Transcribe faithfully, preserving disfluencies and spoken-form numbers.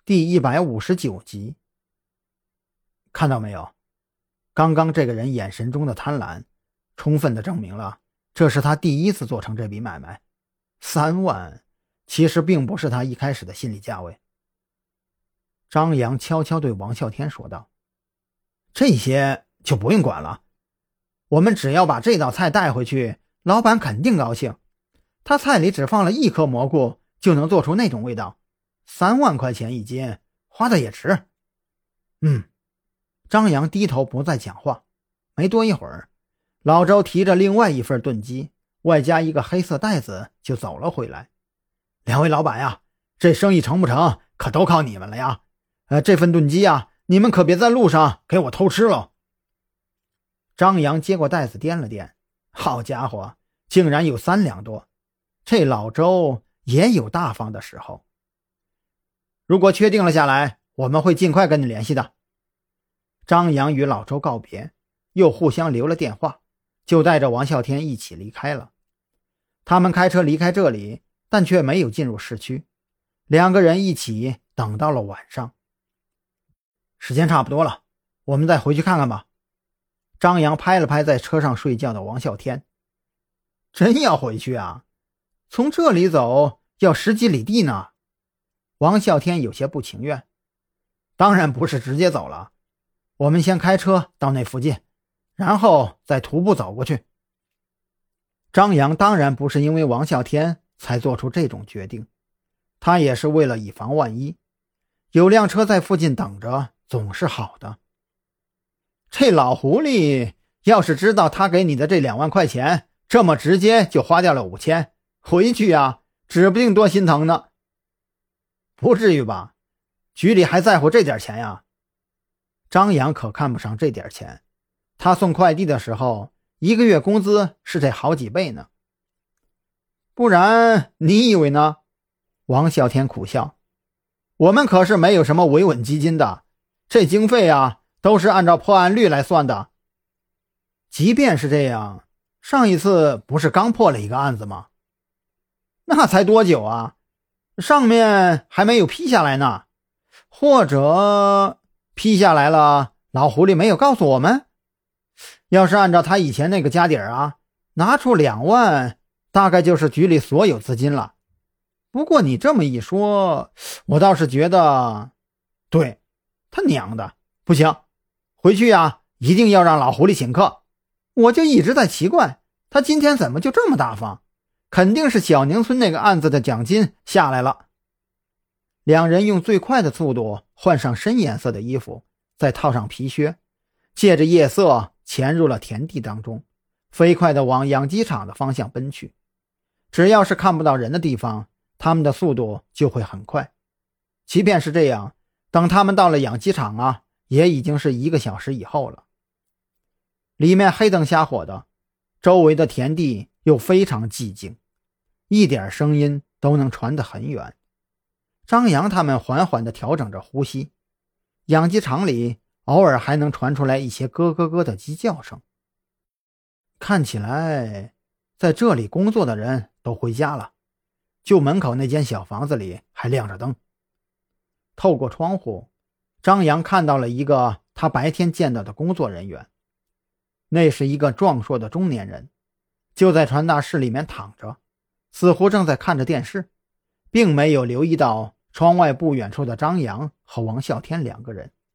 第一百五十九集。看到没有，刚刚这个人眼神中的贪婪充分地证明了这是他第一次做成这笔买卖。三万其实并不是他一开始的心理价位。张扬悄悄对王啸天说道，这些就不用管了，我们只要把这道菜带回去，老板肯定高兴。他菜里只放了一颗蘑菇就能做出那种味道，三万块钱一斤，花的也值。嗯，张扬低头不再讲话。没多一会儿，老周提着另外一份炖鸡，外加一个黑色袋子就走了回来。两位老板呀，这生意成不成可都靠你们了呀。呃，这份炖鸡啊，你们可别在路上给我偷吃了。张扬接过袋子掂了掂，好家伙，竟然有三两多。这老周也有大方的时候。如果确定了下来，我们会尽快跟你联系的。张扬与老周告别，又互相留了电话，就带着王啸天一起离开了。他们开车离开这里，但却没有进入市区，两个人一起等到了晚上。时间差不多了，我们再回去看看吧。张扬拍了拍在车上睡觉的王啸天。真要回去啊？从这里走要十几里地呢。王啸天有些不情愿。当然不是直接走了，我们先开车到那附近，然后再徒步走过去。张扬当然不是因为王啸天才做出这种决定，他也是为了以防万一，有辆车在附近等着总是好的。这老狐狸要是知道他给你的这两万块钱这么直接就花掉了五千，回去啊指不定多心疼呢。不至于吧，局里还在乎这点钱呀？张扬可看不上这点钱，他送快递的时候一个月工资是这好几倍呢。不然你以为呢？王啸天苦笑，我们可是没有什么维稳基金的，这经费啊都是按照破案率来算的。即便是这样，上一次不是刚破了一个案子吗？那才多久啊？上面还没有批下来呢。或者批下来了，老狐狸没有告诉我们？要是按照他以前那个家底儿啊，拿出两万大概就是局里所有资金了。不过你这么一说，我倒是觉得，对，他娘的，不行，回去呀一定要让老狐狸请客。我就一直在奇怪，他今天怎么就这么大方，肯定是小宁村那个案子的奖金下来了。两人用最快的速度换上深颜色的衣服，再套上皮靴，借着夜色潜入了田地当中，飞快地往养鸡场的方向奔去。只要是看不到人的地方，他们的速度就会很快。即便是这样，等他们到了养鸡场啊，也已经是一个小时以后了。里面黑灯瞎火的，周围的田地又非常寂静，一点声音都能传得很远。张扬他们缓缓地调整着呼吸，养鸡场里偶尔还能传出来一些咯咯咯的鸡叫声。看起来在这里工作的人都回家了，就门口那间小房子里还亮着灯。透过窗户，张扬看到了一个他白天见到的工作人员。那是一个壮硕的中年人，就在传达室里面躺着，似乎正在看着电视，并没有留意到窗外不远处的张扬和王啸天两个人。